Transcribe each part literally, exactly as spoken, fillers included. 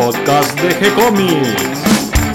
podcast de G-Comics.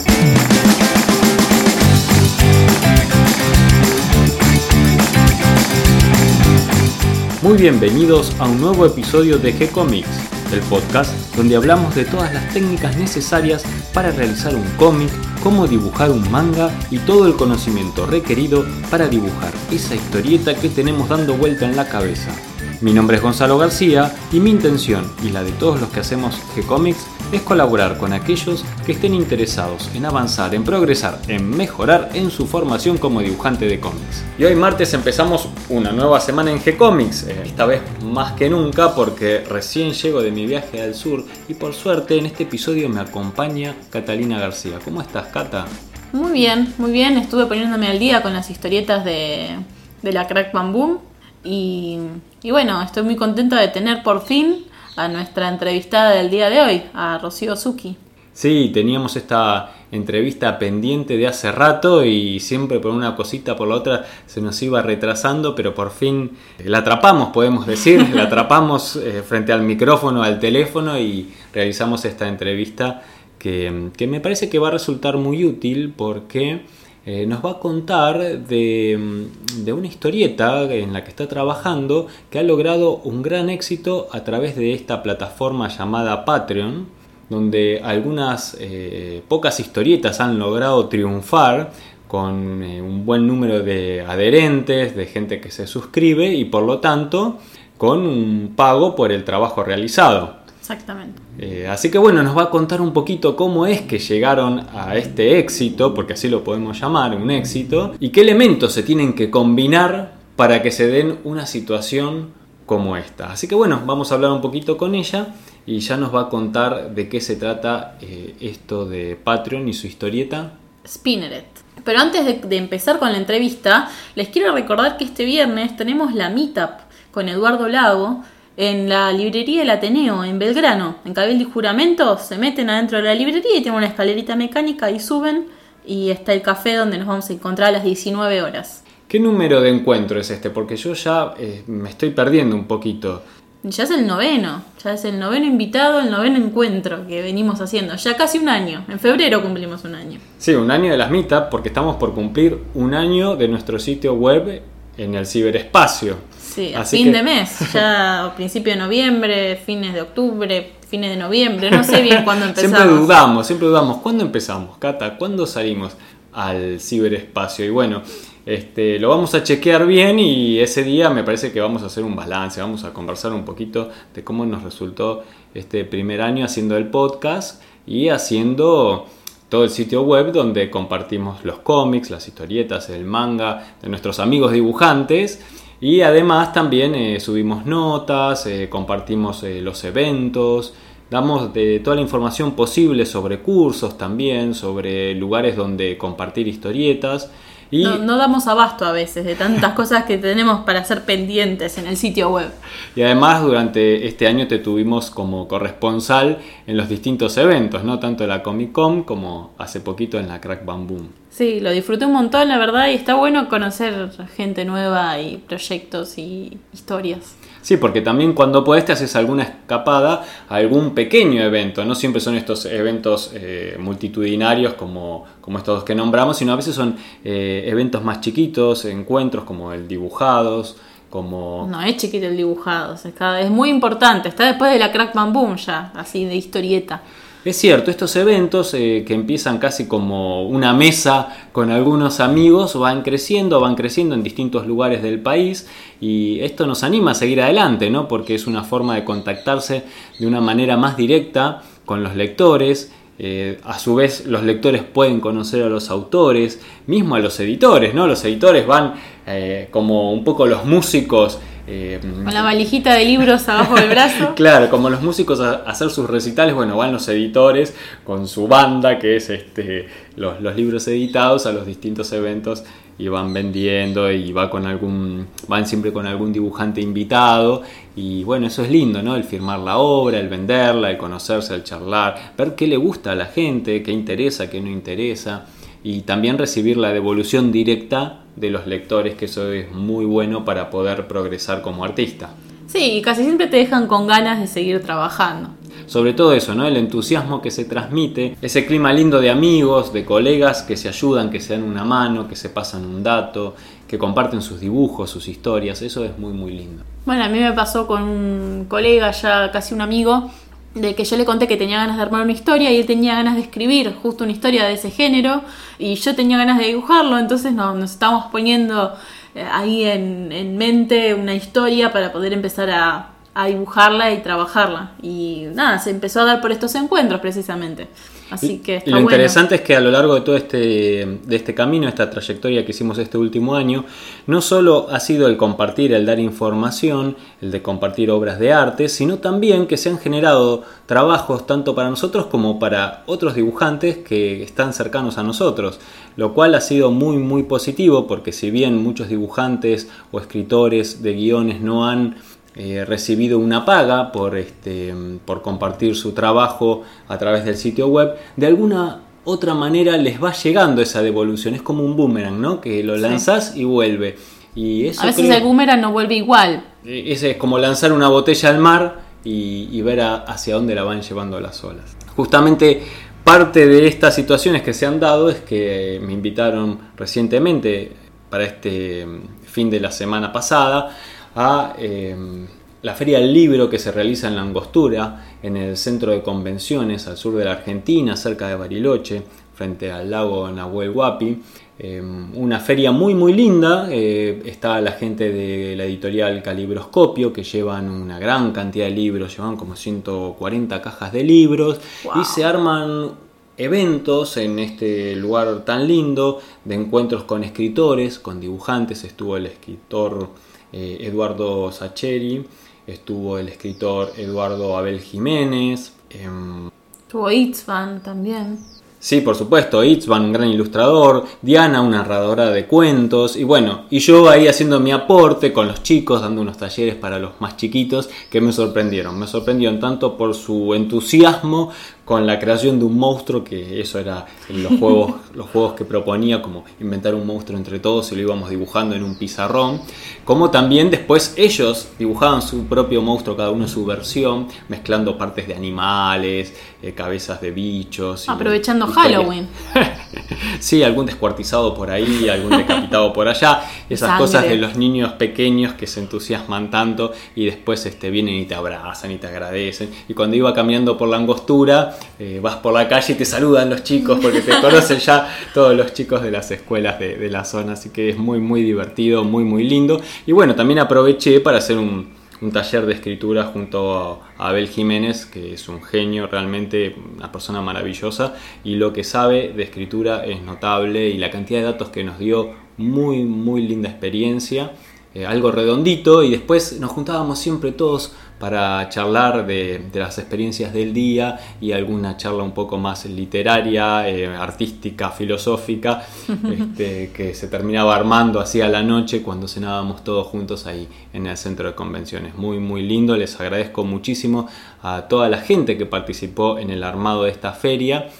Muy bienvenidos a un nuevo episodio de G-Comics, el podcast donde hablamos de todas las técnicas necesarias para realizar un cómic, cómo dibujar un manga y todo el conocimiento requerido para dibujar esa historieta que tenemos dando vuelta en la cabeza. Mi nombre es Gonzalo García y mi intención y la de todos los que hacemos G-Comics es colaborar con aquellos que estén interesados en avanzar, en progresar, en mejorar en su formación como dibujante de cómics. Y hoy martes empezamos una nueva semana en G-Comics, eh, esta vez más que nunca porque recién llego de mi viaje al sur y por suerte en este episodio me acompaña Catalina García. ¿Cómo estás, Cata? Muy bien, muy bien. Estuve poniéndome al día con las historietas de, de la Crack Bam Boom y, y bueno, estoy muy contenta de tener por fin a nuestra entrevistada del día de hoy, a Rocío Zucchi. Sí, teníamos esta entrevista pendiente de hace rato y siempre por una cosita por la otra se nos iba retrasando, pero por fin la atrapamos, podemos decir, la atrapamos eh, frente al micrófono, al teléfono y realizamos esta entrevista que, que me parece que va a resultar muy útil porque eh, nos va a contar de, de una historieta en la que está trabajando que ha logrado un gran éxito a través de esta plataforma llamada Patreon, donde algunas eh, pocas historietas han logrado triunfar con eh, un buen número de adherentes, de gente que se suscribe y por lo tanto con un pago por el trabajo realizado. Exactamente. Eh, así que bueno, nos va a contar un poquito cómo es que llegaron a este éxito, porque así lo podemos llamar, un éxito, y qué elementos se tienen que combinar para que se den una situación como esta. Así que bueno, vamos a hablar un poquito con ella y ya nos va a contar de qué se trata eh, esto de Patreon y su historieta Spinneret. Pero antes de, de empezar con la entrevista, les quiero recordar que este viernes tenemos la Meetup con Eduardo Lago en la librería El Ateneo, en Belgrano, en Cabildo y Juramento. Se meten adentro de la librería y tienen una escalerita mecánica y suben y está el café donde nos vamos a encontrar a las diecinueve horas. ¿Qué número de encuentro es este? Porque yo ya eh, me estoy perdiendo un poquito. Ya es el noveno, ya es el noveno invitado, el noveno encuentro que venimos haciendo, ya casi un año, en febrero cumplimos un año. Sí, un año de las Meetup porque estamos por cumplir un año de nuestro sitio web en el ciberespacio. Sí, a Así fin que... de mes, ya a principio de noviembre, fines de octubre, fines de noviembre, no sé bien cuándo empezamos. Siempre dudamos, siempre dudamos, ¿cuándo empezamos, Cata? ¿Cuándo salimos al ciberespacio? Y bueno, este, lo vamos a chequear bien y ese día me parece que vamos a hacer un balance, vamos a conversar un poquito de cómo nos resultó este primer año haciendo el podcast y haciendo todo el sitio web donde compartimos los cómics, las historietas, el manga de nuestros amigos dibujantes. Y además también eh, subimos notas, eh, compartimos eh, los eventos, damos de toda la información posible sobre cursos también, sobre lugares donde compartir historietas. Y no, no damos abasto a veces de tantas cosas que tenemos para hacer pendientes en el sitio web. Y además durante este año te tuvimos como corresponsal en los distintos eventos, ¿no? Tanto en la Comic Con como hace poquito en la Crack Bam Boom. Sí, lo disfruté un montón, la verdad, y está bueno conocer gente nueva y proyectos y historias. Sí, porque también cuando podés te haces alguna escapada a algún pequeño evento. No siempre son estos eventos eh, multitudinarios como, como estos que nombramos, sino a veces son eh, eventos más chiquitos, encuentros como el Dibujados, como... No, es chiquito el Dibujados, es, cada, es muy importante, está después de la Crack Bam Boom ya, así de historieta. Es cierto, estos eventos eh, que empiezan casi como una mesa con algunos amigos van creciendo, van creciendo en distintos lugares del país y esto nos anima a seguir adelante, ¿no? Porque es una forma de contactarse de una manera más directa con los lectores. Eh, a su vez los lectores pueden conocer a los autores, mismo a los editores, ¿no? Los editores van eh, como un poco los músicos. Eh, Con la valijita de libros abajo del brazo. Claro, como los músicos a hacer sus recitales, bueno, van los editores con su banda, que es este los, los libros editados, a los distintos eventos y van vendiendo y va con algún, van siempre con algún dibujante invitado y bueno, eso es lindo, ¿no? El firmar la obra, el venderla, el conocerse, el charlar, ver qué le gusta a la gente, qué interesa, qué no interesa y también recibir la devolución directa de los lectores, que eso es muy bueno para poder progresar como artista. Sí, casi siempre te dejan con ganas de seguir trabajando. sobre todo eso, ¿no? El entusiasmo que se transmite, ese clima lindo de amigos, de colegas que se ayudan, que se dan una mano, que se pasan un dato, que comparten sus dibujos, sus historias, eso es muy muy lindo. Bueno, a mí me pasó con un colega, ya casi un amigo, de que yo le conté que tenía ganas de armar una historia y él tenía ganas de escribir justo una historia de ese género y yo tenía ganas de dibujarlo, entonces no, nos estábamos poniendo ahí en, en mente una historia para poder empezar a, a dibujarla y trabajarla. Y nada, se empezó a dar por estos encuentros precisamente. Así que está y lo bueno. Interesante es que a lo largo de todo este, de este camino, esta trayectoria que hicimos este último año, no solo ha sido el compartir, el dar información, el de compartir obras de arte, sino también que se han generado trabajos tanto para nosotros como para otros dibujantes que están cercanos a nosotros, lo cual ha sido muy muy positivo porque si bien muchos dibujantes o escritores de guiones no han Eh, recibido una paga por, este, por compartir su trabajo a través del sitio web, de alguna otra manera les va llegando esa devolución. Es como un boomerang, ¿no? Que lo lanzás sí. y vuelve. Y eso a veces creo, el boomerang no vuelve igual. Ese es como lanzar una botella al mar y, y ver a, hacia dónde la van llevando las olas. Justamente parte de estas situaciones que se han dado es que me invitaron recientemente para este fin de la semana pasada a eh, la Feria del Libro que se realiza en La Angostura, en el centro de convenciones al sur de la Argentina, cerca de Bariloche, frente al lago Nahuel Huapi. Eh, una feria muy muy linda, eh, está la gente de la editorial Calibroscopio que llevan una gran cantidad de libros, llevan como ciento cuarenta cajas de libros. Wow. Y se arman eventos en este lugar tan lindo de encuentros con escritores, con dibujantes. Estuvo el escritor Eh, Eduardo Sacheri, estuvo el escritor Eduardo Abel Jiménez, eh, estuvo Itzvan también. Sí, por supuesto, Itzvan, un gran ilustrador, Diana, una narradora de cuentos, y bueno, y yo ahí haciendo mi aporte con los chicos, dando unos talleres para los más chiquitos que me sorprendieron, me sorprendieron tanto por su entusiasmo con la creación de un monstruo, que eso era en los juegos, los juegos que proponía, como inventar un monstruo entre todos y lo íbamos dibujando en un pizarrón, como también después ellos dibujaban su propio monstruo, cada uno su versión, mezclando partes de animales, eh, cabezas de bichos. Aprovechando y, Halloween. Sí, algún descuartizado por ahí, algún decapitado por allá, esas Sangre. Cosas de los niños pequeños que se entusiasman tanto y después este, vienen y te abrazan y te agradecen. Y cuando iba caminando por La Angostura, Eh, vas por la calle y te saludan los chicos porque te conocen ya todos los chicos de las escuelas de, de la zona, así que es muy muy divertido, muy muy lindo. Y bueno, también aproveché para hacer un, un taller de escritura junto a, a Abel Jiménez, que es un genio, realmente una persona maravillosa, y lo que sabe de escritura es notable, y la cantidad de datos que nos dio, muy muy linda experiencia. Eh, algo redondito, y después nos juntábamos siempre todos para charlar de, de las experiencias del día y alguna charla un poco más literaria, eh, artística, filosófica, este, que se terminaba armando así a la noche cuando cenábamos todos juntos ahí en el centro de convenciones. Muy muy lindo, les agradezco muchísimo a toda la gente que participó en el armado de esta feria,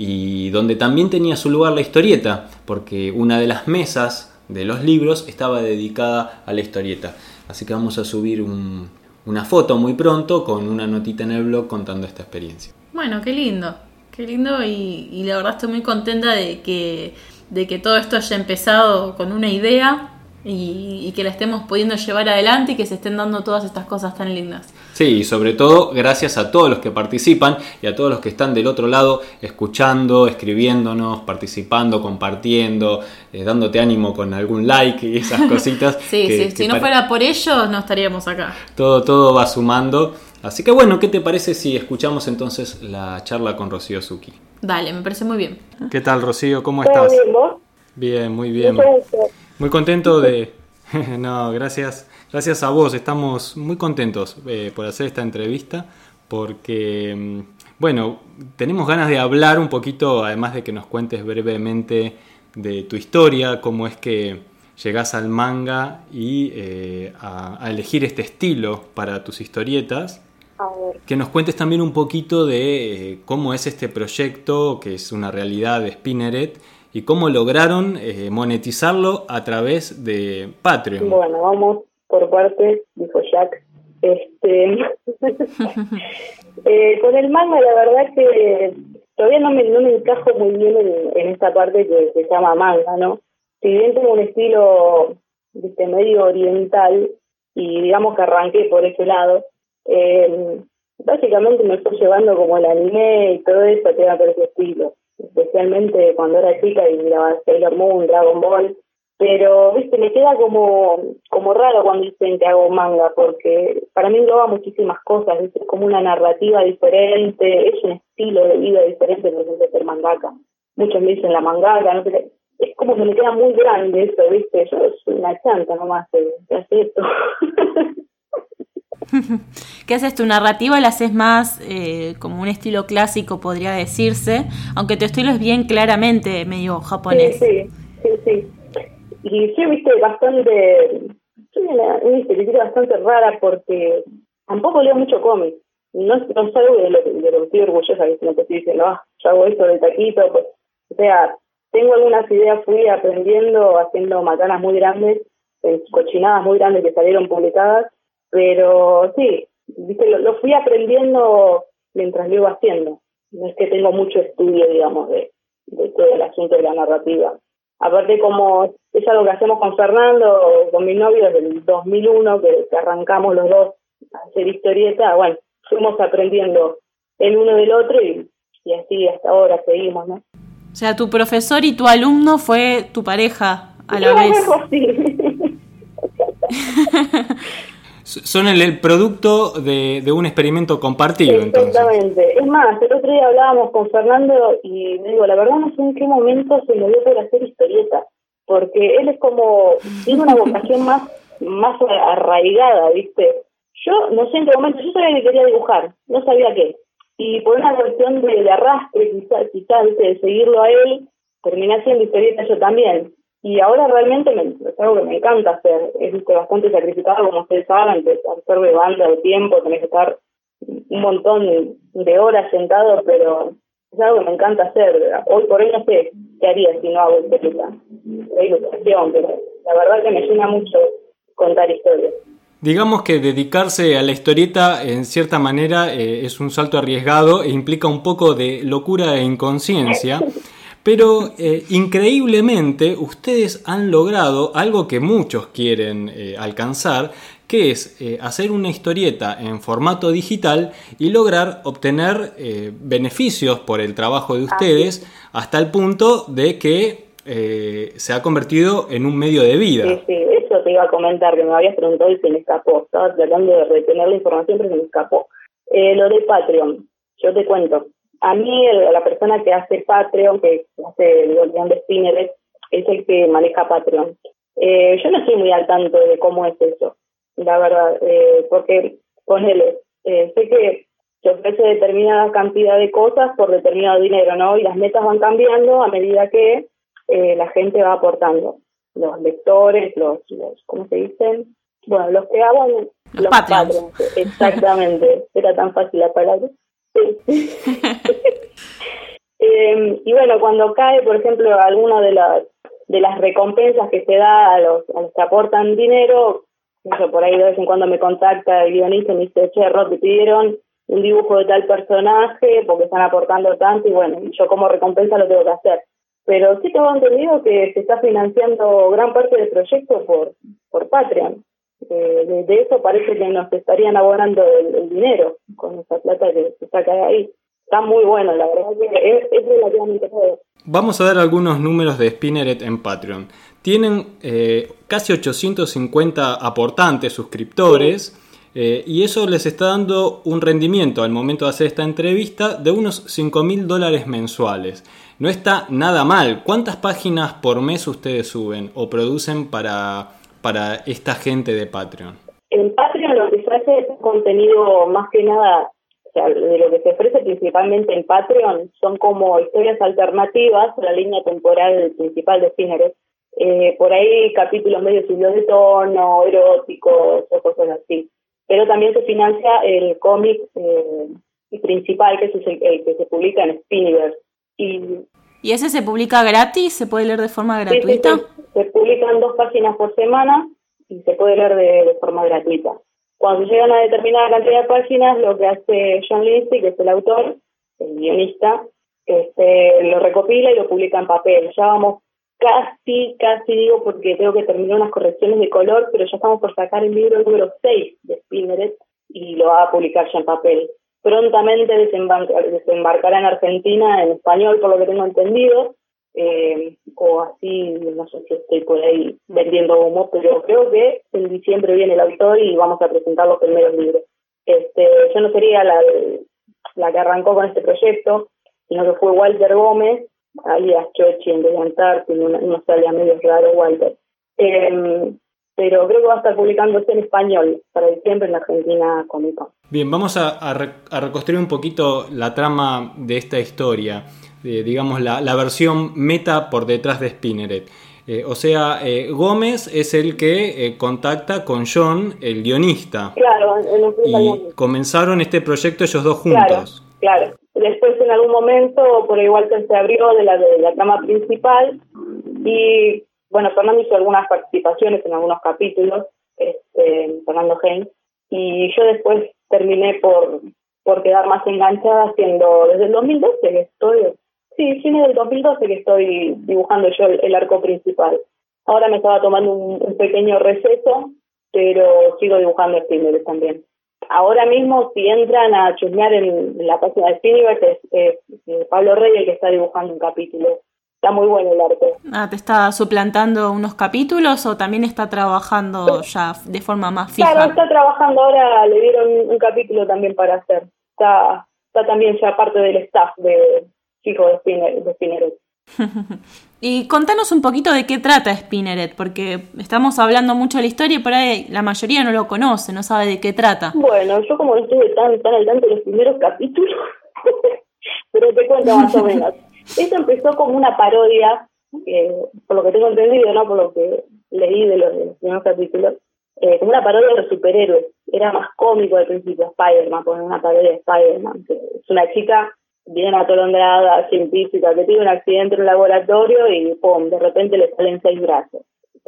y donde también tenía su lugar la historieta, porque una de las mesas de los libros estaba dedicada a la historieta, así que vamos a subir un, una foto muy pronto con una notita en el blog contando esta experiencia. Bueno, qué lindo, qué lindo, y, y la verdad estoy muy contenta de que, de que todo esto haya empezado con una idea y, y que la estemos pudiendo llevar adelante y que se estén dando todas estas cosas tan lindas. Sí, y sobre todo gracias a todos los que participan y a todos los que están del otro lado escuchando, escribiéndonos, participando, compartiendo, eh, dándote ánimo con algún like y esas cositas. Sí, que, sí, que si no para... fuera por ellos no estaríamos acá. Todo, todo va sumando. Así que bueno, ¿qué te parece si escuchamos entonces la charla con Rocío Zucchi? Dale, me parece muy bien. ¿Qué tal, Rocío? ¿Cómo estás? Bien, ¿vos? Bien, muy bien. Muy contento de... No, gracias. Gracias a vos, estamos muy contentos eh, por hacer esta entrevista porque, bueno, tenemos ganas de hablar un poquito, además de que nos cuentes brevemente de tu historia, cómo es que llegás al manga y eh, a, a elegir este estilo para tus historietas. A ver. Que nos cuentes también un poquito de eh, cómo es este proyecto, que es una realidad de Spinneret, y cómo lograron eh, monetizarlo a través de Patreon. Bueno, vamos por partes, dijo Jack. Este, eh, con el manga la verdad que todavía no me, no me encajo muy bien en, en esta parte que se llama manga, ¿no? Si bien tengo un estilo, viste, medio oriental, y digamos que arranqué por ese lado, eh, básicamente me fui llevando como el anime y todo eso tema por ese estilo, especialmente cuando era chica y miraba Sailor Moon, Dragon Ball, pero viste, me queda como como raro cuando dicen que hago manga, porque para mí engloba muchísimas cosas, ¿viste? Es como una narrativa diferente, es un estilo de vida diferente de ser mangaka. Muchos me dicen la mangaka, no sé, es como que me queda muy grande eso, viste, yo soy una chanta nomás, ¿qué hace esto? ¿Qué haces? Tu narrativa la haces más eh, como un estilo clásico, podría decirse, aunque tu estilo es bien claramente medio japonés. Sí, sí, sí, sí. Y sí, viste, bastante, soy una, una historieta bastante rara porque tampoco leo mucho cómic. No, no es algo de lo, de lo que estoy orgullosa, que no te estoy diciendo, ah, yo hago esto de taquito. Pues, o sea, tengo algunas ideas, fui aprendiendo, haciendo macanas muy grandes, cochinadas muy grandes que salieron publicadas, pero sí, viste, lo, lo fui aprendiendo mientras lo iba haciendo. No es que tengo mucho estudio, digamos, de, de todo el asunto de la narrativa. Aparte, como es algo que hacemos con Fernando, con mi novio, desde el dos mil uno, que, que arrancamos los dos a hacer historieta, bueno, fuimos aprendiendo el uno del otro y, y así hasta ahora seguimos, ¿no? O sea, tu profesor y tu alumno fue tu pareja a la vez. Sí. Son el, el producto de, de un experimento compartido, entonces. Exactamente. Es más, el otro día hablábamos con Fernando y me digo, la verdad no sé en qué momento se me dio por hacer historieta, porque él es como, tiene una vocación más, más arraigada, ¿viste? Yo no sé en qué momento, yo sabía que quería dibujar, no sabía qué. Y por una cuestión de, de arrastre, quizás, quizás, ¿viste? De seguirlo a él, terminé haciendo historieta yo también. Y ahora realmente me, es algo que me encanta hacer. Es bastante sacrificado, como ustedes saben, de hacer de banda de tiempo, tenés que estar un montón de horas sentado, pero es algo que me encanta hacer. Hoy por hoy no sé qué haría si no hago historieta, de ilustración, pero la verdad que me llena mucho contar historias. Digamos que dedicarse a la historieta en cierta manera eh, es un salto arriesgado e implica un poco de locura e inconsciencia. Pero eh, increíblemente ustedes han logrado algo que muchos quieren eh, alcanzar, que es eh, hacer una historieta en formato digital y lograr obtener eh, beneficios por el trabajo de ustedes hasta el punto de que eh, se ha convertido en un medio de vida. Sí, sí, eso te iba a comentar, que me habías preguntado y se me escapó. Estaba tratando de retener la información, pero se me escapó. Eh, lo de Patreon, yo te cuento. A mí, el, la persona que hace Patreon, que hace el guión de Spinneret, es el que maneja Patreon. Eh, yo no estoy muy al tanto de cómo es eso, la verdad, eh, porque, ponele, eh, sé que se ofrece determinada cantidad de cosas por determinado dinero, ¿no? Y las metas van cambiando a medida que eh, la gente va aportando. Los lectores, los, los ¿cómo se dicen? Bueno, los que hagan los, los Patreons. Patreons, exactamente, era tan fácil la palabra. eh, y bueno, cuando cae, por ejemplo, alguna de las de las recompensas que se da a los, a los que aportan dinero, eso por ahí de vez en cuando me contacta el guionista y me dice, che, Rod, te pidieron un dibujo de tal personaje porque están aportando tanto, y bueno, yo como recompensa lo tengo que hacer. Pero sí tengo entendido que se está financiando gran parte del proyecto por, por Patreon. Eh, de, de eso parece que nos estarían abonando el, el dinero con esa plata que se saca de ahí. Está muy bueno, la verdad que es, es relativamente todo. Vamos a dar algunos números de Spinneret en Patreon. Tienen eh, casi ochocientos cincuenta aportantes, suscriptores, sí. eh, y eso les está dando un rendimiento al momento de hacer esta entrevista de unos cinco mil dólares mensuales. No está nada mal. ¿Cuántas páginas por mes ustedes suben o producen para, para esta gente de Patreon? En Patreon lo que se hace es contenido más que nada, o sea, de lo que se ofrece principalmente en Patreon son como historias alternativas a la línea temporal principal de Spinneret. Eh, por ahí capítulos medio subidos de tono, eróticos o cosas así. Pero también se financia el cómic eh, principal, que es el, el que se publica en Spinniverse. Y, ¿Y ese se publica gratis? ¿Se puede leer de forma gratuita? Sí, sí, sí. Se publican dos páginas por semana y se puede leer de, de forma gratuita. Cuando llegan a determinada cantidad de páginas, lo que hace John Lindsay, que es el autor, el guionista, este, lo recopila y lo publica en papel. Ya vamos casi, casi digo, porque tengo que terminar unas correcciones de color, pero ya estamos por sacar el libro número seis de Spinneret y lo va a publicar ya en papel. Prontamente desembarca, desembarcará en Argentina en español, por lo que tengo entendido, eh, o así, no sé si estoy por ahí vendiendo humo, pero creo que en diciembre viene el autor y vamos a presentar los primeros libros. Este, yo no sería la, la que arrancó con este proyecto, sino que fue Walter Gómez, alias Chochi en Delantar, tiene una, unos alias medio raro Walter. Eh, pero creo que va a estar publicándose en español para diciembre en la Argentina Comic Con. Bien, vamos a, a, re, a reconstruir un poquito la trama de esta historia, eh, digamos la, la versión meta por detrás de Spinneret. Eh, o sea, eh, Gómez es el que eh, contacta con John, el guionista. Claro, en un y comenzaron este proyecto ellos dos juntos. Claro, claro. Después en algún momento, por igual que se abrió de la, de la trama principal y, bueno, Fernando hizo algunas participaciones en algunos capítulos, este, Fernando Haynes, y yo después terminé por, por quedar más enganchada haciendo, desde el dos mil doce que estoy, sí, fines del dos mil doce que estoy dibujando yo el, el arco principal. Ahora me estaba tomando un, un pequeño receso, pero sigo dibujando Spinneret también. Ahora mismo, si entran a chusmear en, en la página de Spinneret, es, es, es Pablo Rey el que está dibujando un capítulo. Está muy bueno el arte. Ah, ¿te está suplantando unos capítulos o también está trabajando ya de forma más fija? Claro, está trabajando ahora, le dieron un, un capítulo también para hacer. Está, está también ya parte del staff de fijo de Spinneret. De Spinneret. Y contanos un poquito de qué trata Spinneret, porque estamos hablando mucho de la historia y por ahí la mayoría no lo conoce, no sabe de qué trata. Bueno, yo como no estuve tan, tan al tanto de los primeros capítulos, pero te cuento más o menos. Esto empezó como una parodia, eh, por lo que tengo entendido, no por lo que leí de los, de los primeros capítulos, eh, como una parodia de los superhéroes. Era más cómico al principio, Spider-Man, poner una parodia de Spider-Man, que es una chica bien atolondrada, científica, que tiene un accidente en un laboratorio y pum, de repente le salen seis brazos.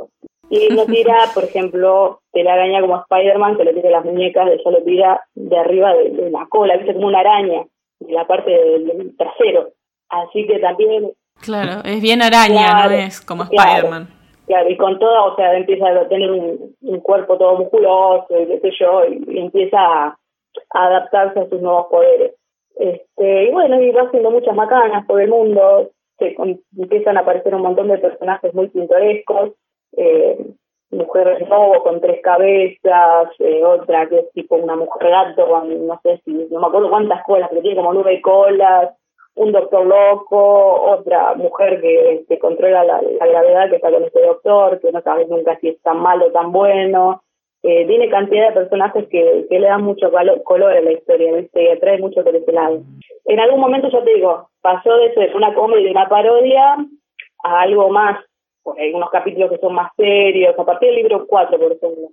Y no tira, por ejemplo, telaraña como Spider-Man, que le tira las muñecas, ella lo tira de arriba de, de la cola, viste, como una araña, de la parte del, del trasero. Así que también... Claro, es bien araña, claro, no es como claro, Spider-Man. Claro, y con todo, o sea, empieza a tener un, un cuerpo todo musculoso, y qué sé yo, y, y empieza a, a adaptarse a sus nuevos poderes. Este, y bueno, y va haciendo muchas macanas por el mundo, se con, empiezan a aparecer un montón de personajes muy pintorescos, eh, mujer lobo con tres cabezas, eh, otra que es tipo una mujer gato con, no sé si, no me acuerdo cuántas colas, pero tiene como nueve colas, un doctor loco, otra mujer que, que controla la, la gravedad, que está con este doctor, que no sabes nunca si es tan malo o tan bueno. Eh, tiene cantidad de personajes que, que le dan mucho valor, color a la historia, ¿viste? Y atrae mucho por ese lado. En algún momento, ya te digo, pasó de ser una comedia y una parodia a algo más, porque hay unos capítulos que son más serios, a partir del libro cuatro, por ejemplo.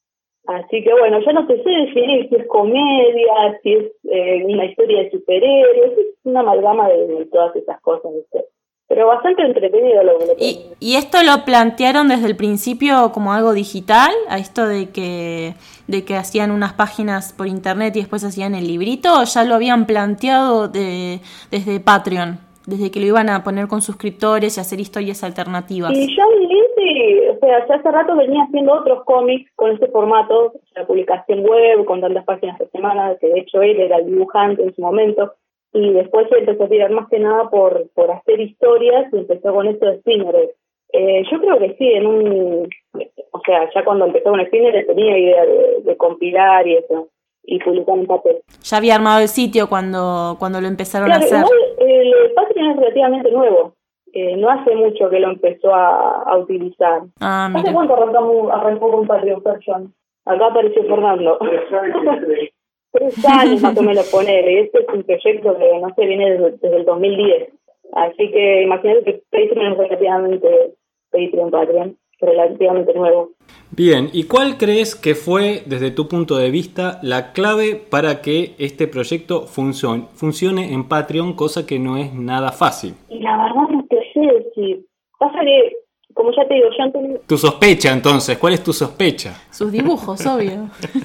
Así que bueno, yo no te sé definir si es comedia, si es eh, una historia de superhéroes, es una amalgama de, de todas esas cosas, ¿viste? Pero bastante entretenido lo que le ¿Y, ¿Y esto lo plantearon desde el principio como algo digital? ¿A esto de que de que hacían unas páginas por internet y después hacían el librito? ¿O ya lo habían planteado de, desde Patreon? Desde que lo iban a poner con suscriptores y hacer historias alternativas. Y John Lindsay, o sea, ya hace rato venía haciendo otros cómics con ese formato, la publicación web, con tantas páginas por semana, que de hecho él era el dibujante en su momento. Y después se empezó a tirar más que nada por, por hacer historias y empezó con esto de Spinneret. Eh, yo creo que sí, en un... O sea, ya cuando empezó con Spinneret tenía idea de, de compilar y eso, y publicar en papel. Ya había armado el sitio cuando cuando lo empezaron claro, a hacer. Igual, el Patreon es relativamente nuevo. Eh, no hace mucho que lo empezó a, a utilizar. Ah, mira. ¿Hace cuánto arrancamos, arrancó con Patreon, Person? Acá apareció Fernando. Tres años más o menos ponele. Este es un proyecto que, no sé, viene desde, desde el dos mil diez. Así que imagínate que Patreon es relativamente, Patreon, Patreon, relativamente nuevo. Bien, ¿y cuál crees que fue, desde tu punto de vista, la clave para que este proyecto funcione, funcione en Patreon, cosa que no es nada fácil? Y la verdad no te sé decir. Pasa que como ya te digo, yo antes... Tu sospecha, entonces, ¿cuál es tu sospecha? Sus dibujos, obvio.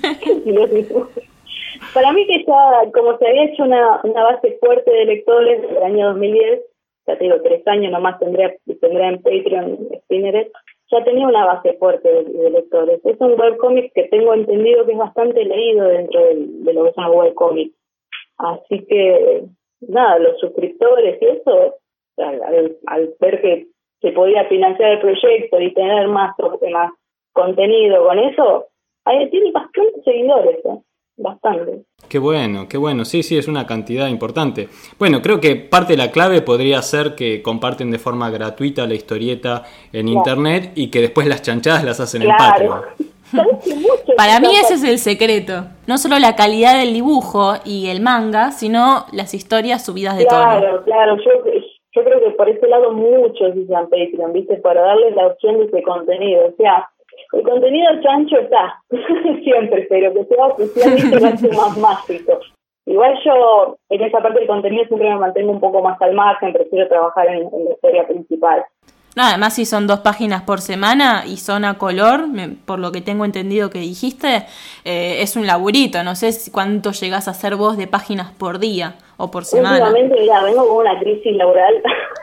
Para mí que ya, como se había hecho una, una base fuerte de lectores desde el año dos mil diez, ya te digo, tres años nomás tendría, tendría en Patreon Spinneret, ya tenía una base fuerte de, de lectores. Es un webcomic que tengo entendido que es bastante leído dentro de, de lo que son los webcomics. Así que, nada, los suscriptores y eso, al, al, al ver que se podía financiar el proyecto y tener más, más contenido con eso, ahí tiene bastantes seguidores, ¿eh? Bastante. Qué bueno, qué bueno. Sí, sí, es una cantidad importante. Bueno, creo que parte de la clave podría ser que comparten de forma gratuita la historieta en claro. internet y que después las chanchadas las hacen claro. en Patreon. Para mí ese es el secreto. No solo la calidad del dibujo y el manga, sino las historias subidas de claro, tono. Claro, claro. Yo, yo creo que por ese lado muchos usan Patreon, ¿viste? Para darles la opción de ese contenido. O sea, el contenido chancho está, siempre, pero que sea oficialmente va a ser más mágico. Igual yo, en esa parte del contenido siempre me mantengo un poco más al margen, prefiero trabajar en, en la historia principal. No, además si son dos páginas por semana y son a color, me, por lo que tengo entendido que dijiste, eh, es un laburito, no sé si cuánto llegás a hacer vos de páginas por día o por semana. Últimamente, mira, vengo con una crisis laboral.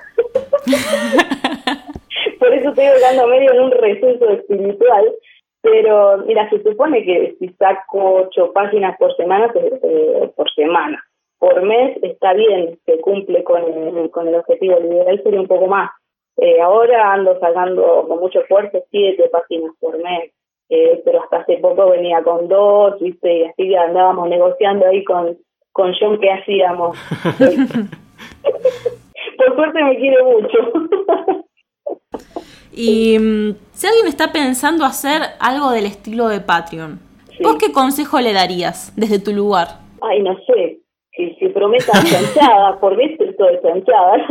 Por eso estoy hablando medio en un receso espiritual, pero mira, se supone que si saco ocho páginas por semana, eh, por semana, por mes está bien, se cumple con el, con el objetivo. El ideal sería un poco más. Eh, ahora ando sacando con mucho esfuerzo siete páginas por mes, eh, pero hasta hace poco venía con dos, viste, y así andábamos negociando ahí con, con John qué hacíamos. Por suerte me quiere mucho. Y um, si alguien está pensando hacer algo del estilo de Patreon, sí. ¿vos qué consejo le darías desde tu lugar? Ay, no sé, si, si prometas chanchada, por vez esto de chanchada.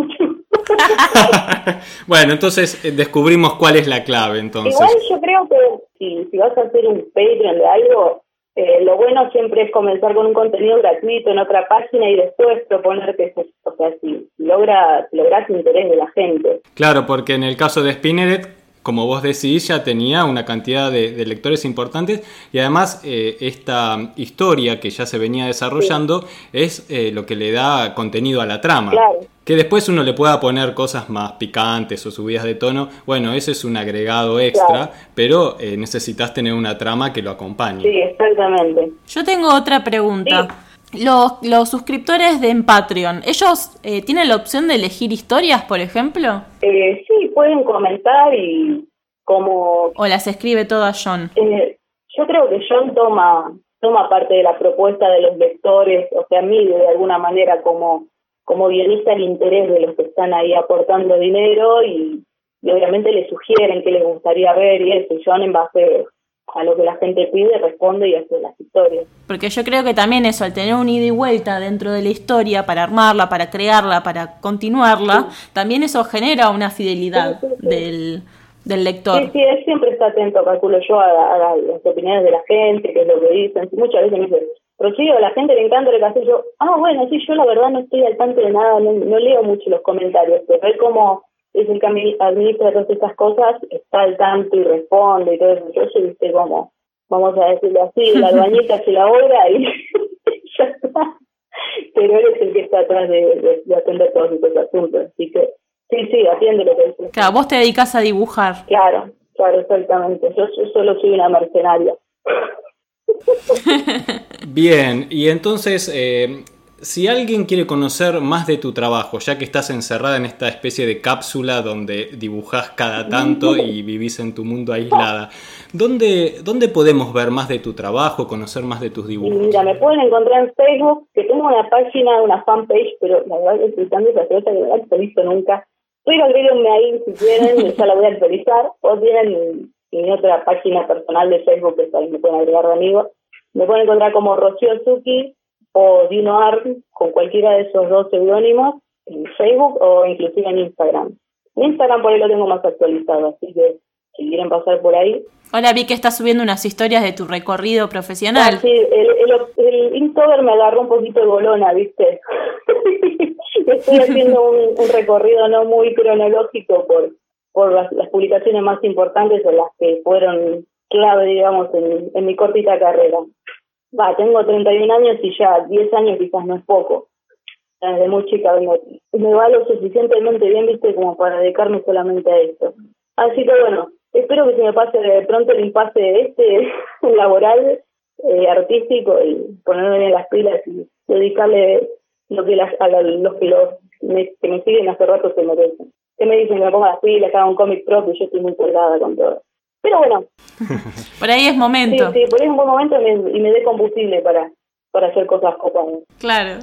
Bueno, entonces eh, descubrimos cuál es la clave, entonces. Igual yo creo que si, si vas a hacer un Patreon de algo, eh, lo bueno siempre es comenzar con un contenido gratuito en otra página y después proponerte, o sea, si logra, si logras interés de la gente. Claro, porque en el caso de Spinneret, como vos decís, ya tenía una cantidad de, de lectores importantes y además eh, esta historia que ya se venía desarrollando sí. es eh, lo que le da contenido a la trama. Claro. Que después uno le pueda poner cosas más picantes o subidas de tono, bueno, ese es un agregado extra, claro. pero eh, necesitas tener una trama que lo acompañe. Sí, exactamente. Yo tengo otra pregunta. Sí. Los, los suscriptores de en Patreon, ¿ellos eh, tienen la opción de elegir historias, por ejemplo? Eh, sí, pueden comentar y como... ¿O las escribe todas John? Eh, yo creo que John toma, toma parte de la propuesta de los lectores, o sea, mide de alguna manera como... como guionista el interés de los que están ahí aportando dinero y, y obviamente le sugieren qué les gustaría ver y eso, y John en base a lo que la gente pide responde y hace las historias. Porque yo creo que también eso, al tener un ida y vuelta dentro de la historia, para armarla, para crearla, para continuarla, sí. también eso genera una fidelidad sí, sí, sí. del, del lector. Sí, sí, él siempre está atento, calculo yo, a, a, a las opiniones de la gente, qué es lo que dicen, muchas veces me dicen, pero sí, a la gente le encanta lo que hace yo. Ah, bueno, sí, yo la verdad no estoy al tanto de nada, no, no leo mucho los comentarios, pero él como es el que administra todas estas cosas, está al tanto y responde y todo eso. Yo soy, viste, como, vamos a decirlo así, el albañil que hace la obra y ya está. Pero él es el que está atrás de, de, de atender todos estos asuntos, así que sí, sí, atiende lo que dice. Claro, vos te dedicás a dibujar. Claro, claro, exactamente. Yo, yo solo soy una mercenaria. Bien, y entonces, eh, si alguien quiere conocer más de tu trabajo, ya que estás encerrada en esta especie de cápsula donde dibujás cada tanto y vivís en tu mundo aislada, ¿dónde, dónde podemos ver más de tu trabajo, conocer más de tus dibujos? Mira, me pueden encontrar en Facebook, que tengo una página, una fanpage, pero la verdad es que estoy esa cosa que no la actualizo nunca. Pero agréguenme ahí si quieren, ya la voy a actualizar, o tienen mi otra página personal de Facebook, que ahí me pueden agregar de amigos. Me pueden encontrar como Rocío Zucchi o Dino Art, con cualquiera de esos dos seudónimos, en Facebook o inclusive en Instagram. En Instagram por ahí lo tengo más actualizado, así que si quieren pasar por ahí. Hola, vi que estás subiendo unas historias de tu recorrido profesional. Ah, sí, el, el, el Inktober me agarró un poquito de golona, ¿viste? Estoy haciendo un, un recorrido no muy cronológico por, por las, las publicaciones más importantes o las que fueron clave, digamos, en, en mi cortita carrera. Va, tengo treinta y un años y ya diez años quizás no es poco. Desde muy chica vengo, me va lo suficientemente bien, viste, como para dedicarme solamente a esto. Así que bueno, espero que se me pase de pronto el impasse este laboral, eh, artístico, y ponerme bien las pilas y dedicarle lo que las, a la, los que los me, que me siguen hace rato se merecen. Que me dicen que me ponga las pilas, que haga un cómic propio, y yo estoy muy colgada con todo. Pero bueno. Por ahí es momento. Sí, sí, por ahí es un buen momento y me, y me dé combustible para, para hacer cosas copadas. Claro.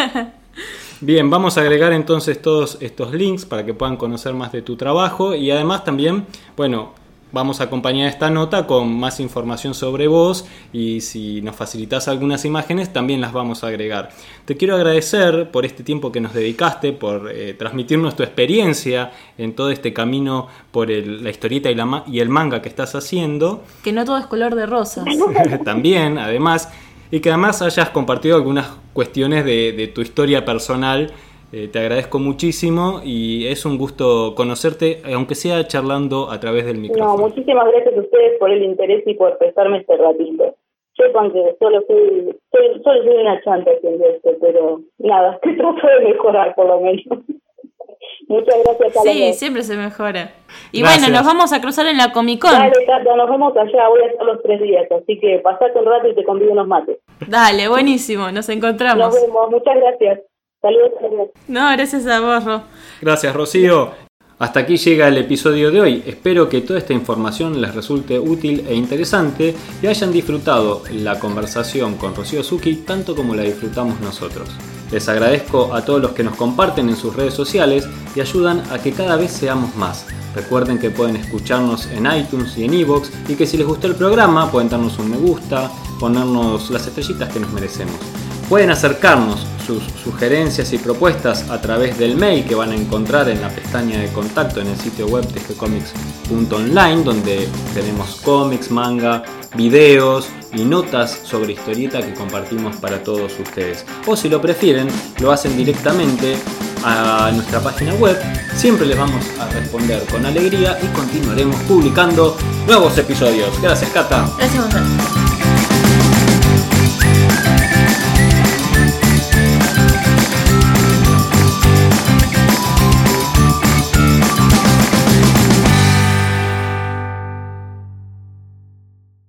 Bien, vamos a agregar entonces todos estos links para que puedan conocer más de tu trabajo y además también, bueno, vamos a acompañar esta nota con más información sobre vos y si nos facilitas algunas imágenes también las vamos a agregar. Te quiero agradecer por este tiempo que nos dedicaste, por eh, transmitirnos tu experiencia en todo este camino por el, la historieta y, la, y el manga que estás haciendo. Que no todo es color de rosas. También, además, y que además hayas compartido algunas cuestiones de, de tu historia personal. Eh, te agradezco muchísimo y es un gusto conocerte, aunque sea charlando a través del micrófono. No, muchísimas gracias a ustedes por el interés y por prestarme este ratito. Sepan que solo soy, soy, solo soy una chanta haciendo esto, pero nada, que trato de mejorar por lo menos. Muchas gracias a Sí, los dos. siempre se mejora. Y Gracias. Bueno, nos vamos a cruzar en la Comic Con. Dale, Cata, nos vemos allá, voy a estar los tres días, así que pasate un rato y te convido unos mates. Dale, buenísimo, nos encontramos. Nos vemos, muchas gracias. Saludos, saludos. No, gracias a vos, Ro. Gracias, Rocío. Hasta aquí llega el episodio de hoy. Espero que toda esta información les resulte útil e interesante y hayan disfrutado la conversación con Rocío Zucchi tanto como la disfrutamos nosotros. Les agradezco a todos los que nos comparten en sus redes sociales y ayudan a que cada vez seamos más. Recuerden que pueden escucharnos en iTunes y en iVoox y que si les gustó el programa pueden darnos un me gusta, ponernos las estrellitas que nos merecemos. Pueden acercarnos sus sugerencias y propuestas a través del mail que van a encontrar en la pestaña de contacto en el sitio web t g comics punto online, donde tenemos cómics, manga, videos y notas sobre historieta que compartimos para todos ustedes. O si lo prefieren, lo hacen directamente a nuestra página web. Siempre les vamos a responder con alegría y continuaremos publicando nuevos episodios. Gracias, Cata. Gracias, Gonzalo.